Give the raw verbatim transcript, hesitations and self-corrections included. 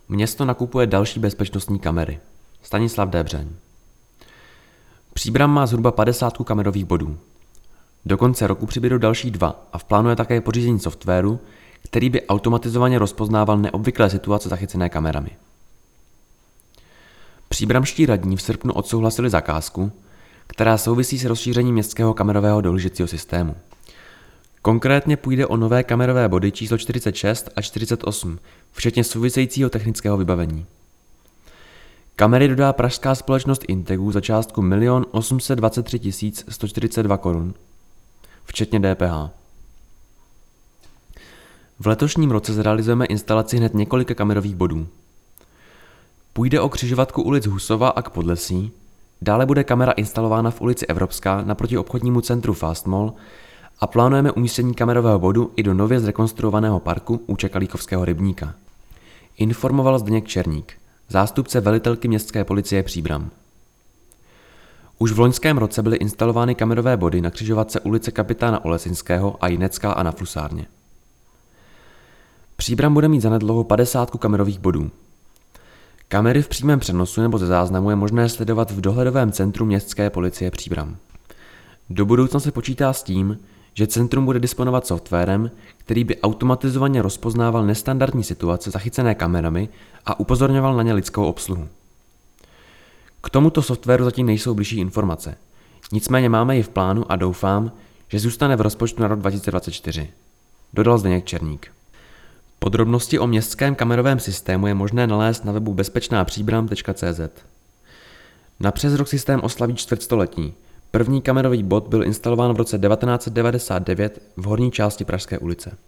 Město nakupuje další bezpečnostní kamery. Stanislav Débřeň. Příbram má zhruba padesát kamerových bodů. Do konce roku přibydou další dva a v plánu je také pořízení softwaru, který by automatizovaně rozpoznával neobvyklé situace zachycené kamerami. Příbramští radní v srpnu odsouhlasili zakázku, která souvisí s rozšířením městského kamerového dohlížecího systému. Konkrétně půjde o nové kamerové body číslo čtyřicet šest a čtyřicet osm, včetně souvisejícího technického vybavení. Kamery dodá pražská společnost Integu za částku milion osm set dvacet tři tisíc sto čtyřicet dva korun, včetně D P H. V letošním roce zrealizujeme instalaci hned několika kamerových bodů. Půjde o křižovatku ulic Husova a k Podlesí, dále bude kamera instalována v ulici Evropská naproti obchodnímu centru Fast Mall a plánujeme umístění kamerového bodu i do nově zrekonstruovaného parku u Čekalíkovského rybníka. Informoval Zdeněk Černík, zástupce velitelky městské policie Příbram. Už v loňském roce byly instalovány kamerové body na křižovatce ulice Kapitána Olesinského a Jinecká a na Flusárně. Příbram bude mít zanedlouho padesát kamerových bodů. Kamery v přímém přenosu nebo ze záznamu je možné sledovat v dohledovém centru městské policie Příbram. Do budoucna se počítá s tím, že centrum bude disponovat softwarem, který by automatizovaně rozpoznával nestandardní situace zachycené kamerami a upozorňoval na ně lidskou obsluhu. K tomuto softwaru zatím nejsou bližší informace. Nicméně máme ji v plánu a doufám, že zůstane v rozpočtu na rok dva tisíce dvacet čtyři. Dodal Zdeněk Černík. Podrobnosti o městském kamerovém systému je možné nalézt na webu bezpečná příbram tečka cé zet. Na přes rok systém oslaví čtvrtstoletí. První kamerový bod byl instalován v roce devatenáct set devadesát devět v horní části Pražské ulice.